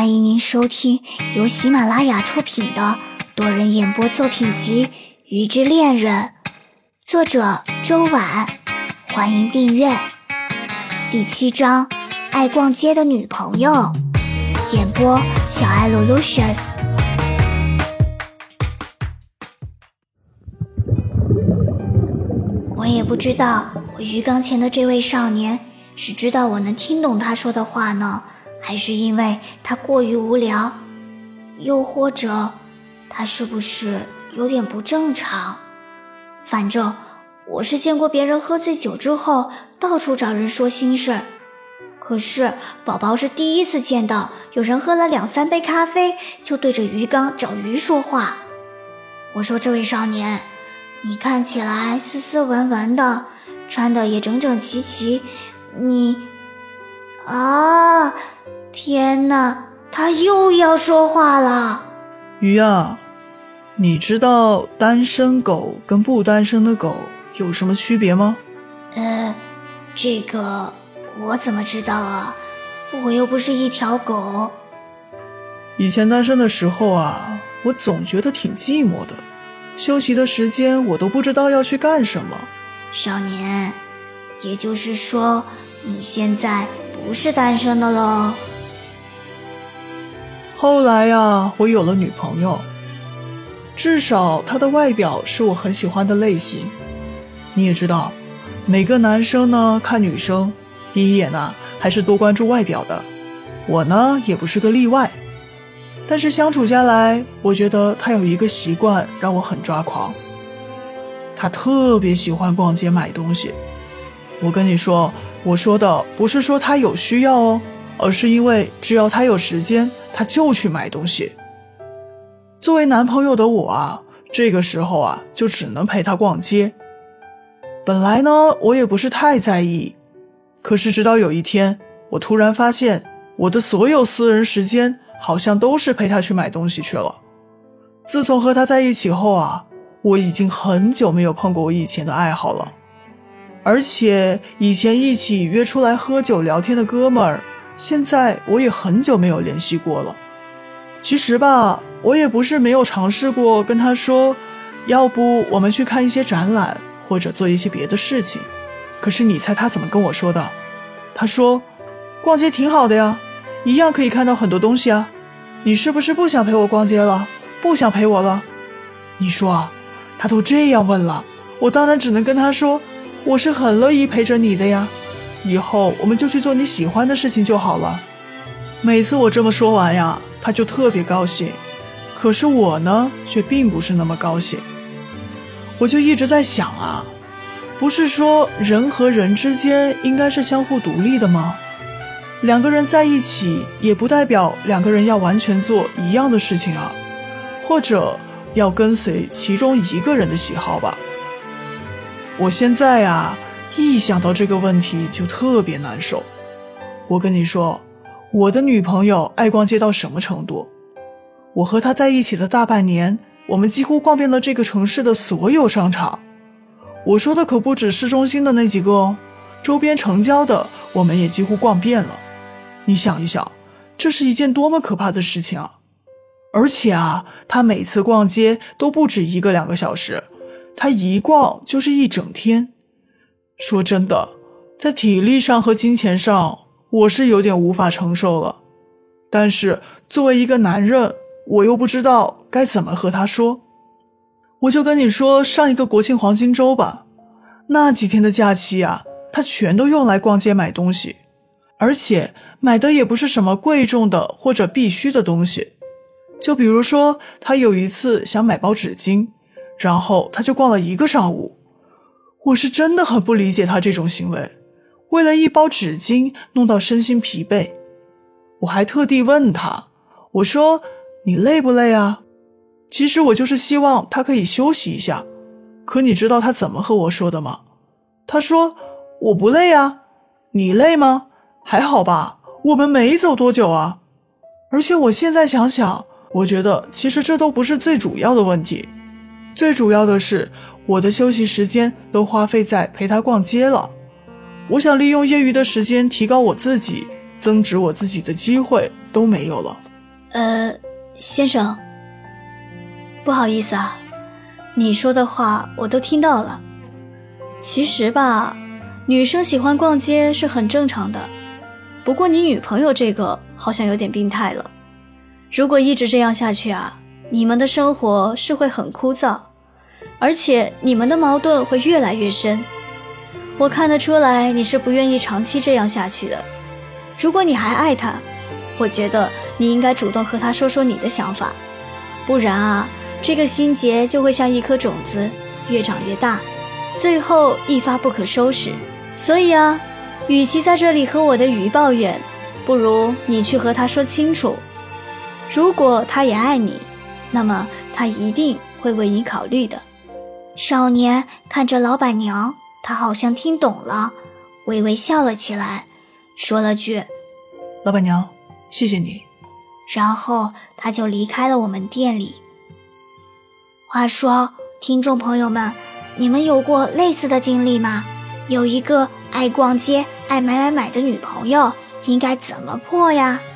欢迎您收听由喜马拉雅出品的多人演播作品集《鱼之恋人》，作者周婉，欢迎订阅。第7章，爱逛街的女朋友，演播小爱 Lulucious。我也不知道我鱼缸前的这位少年是知道我能听懂他说的话呢，还是因为他过于无聊，又或者他是不是有点不正常。反正我是见过别人喝醉酒之后到处找人说心事，可是宝宝是第一次见到有人喝了2-3杯咖啡就对着鱼缸找鱼说话。我说，这位少年，你看起来斯斯文文的，穿的也整整齐齐，你天哪，他又要说话了。 鱼啊，你知道单身狗跟不单身的狗有什么区别吗？ 这个我怎么知道啊？我又不是一条狗。 以前单身的时候啊，我总觉得挺寂寞的，休息的时间我都不知道要去干什么。 少年，也就是说你现在不是单身的咯？ 后来啊，我有了女朋友，至少她的外表是我很喜欢的类型。你也知道，每个男生呢看女生第一眼呢还是多关注外表的，我呢也不是个例外。但是相处下来，我觉得她有一个习惯让我很抓狂，她特别喜欢逛街买东西。我跟你说，我说的不是说她有需要哦，而是因为只要她有时间，她就去买东西。作为男朋友的我啊，这个时候啊就只能陪她逛街。本来呢我也不是太在意，可是直到有一天，我突然发现我的所有私人时间好像都是陪她去买东西去了。自从和她在一起后啊，我已经很久没有碰过我以前的爱好了。而且以前一起约出来喝酒聊天的哥们儿，现在我也很久没有联系过了。其实吧，我也不是没有尝试过跟他说，要不我们去看一些展览，或者做一些别的事情。可是你猜他怎么跟我说的？他说，逛街挺好的呀，一样可以看到很多东西啊。你是不是不想陪我逛街了？不想陪我了？你说啊，他都这样问了，我当然只能跟他说，我是很乐意陪着你的呀，以后我们就去做你喜欢的事情就好了。每次我这么说完呀，他就特别高兴，可是我呢却并不是那么高兴。我就一直在想啊，不是说人和人之间应该是相互独立的吗？两个人在一起也不代表两个人要完全做一样的事情啊，或者要跟随其中一个人的喜好吧。我现在啊，一想到这个问题就特别难受。我跟你说，我的女朋友爱逛街到什么程度？我和她在一起的大半年，我们几乎逛遍了这个城市的所有商场。我说的可不止市中心的那几个哦，周边城郊的我们也几乎逛遍了。你想一想，这是一件多么可怕的事情啊！而且啊，她每次逛街都不止1个2个小时，她一逛就是一整天。说真的，在体力上和金钱上，我是有点无法承受了。但是作为一个男人，我又不知道该怎么和她说。我就跟你说，上一个国庆黄金周吧，那几天的假期啊，她全都用来逛街买东西，而且买的也不是什么贵重的或者必须的东西。就比如说，她有一次想买包纸巾，然后她就逛了1个上午。我是真的很不理解她这种行为，为了一包纸巾弄到身心疲惫。我还特地问她，我说，你累不累啊？其实我就是希望她可以休息一下。可你知道她怎么和我说的吗？她说，我不累啊。你累吗？还好吧，我们没走多久啊。而且我现在想想，我觉得其实这都不是最主要的问题，最主要的是我的休息时间都花费在陪她逛街了。我想利用业余的时间提高我自己，增值我自己的机会都没有了。 先生，不好意思啊，你说的话我都听到了。其实吧，女生喜欢逛街是很正常的，不过你女朋友这个好像有点病态了。如果一直这样下去啊，你们的生活是会很枯燥，而且你们的矛盾会越来越深。我看得出来你是不愿意长期这样下去的。如果你还爱他，我觉得你应该主动和他说说你的想法，不然啊，这个心结就会像一颗种子，越长越大，最后一发不可收拾。所以啊，与其在这里和我的鱼抱怨，不如你去和他说清楚。如果他也爱你，那么他一定会为你考虑的。 少年看着老板娘，他好像听懂了，微微笑了起来，说了句老板娘，谢谢你。 然后他就离开了我们店里。话说，听众朋友们，你们有过类似的经历吗？有一个爱逛街、爱买的女朋友，应该怎么破呀？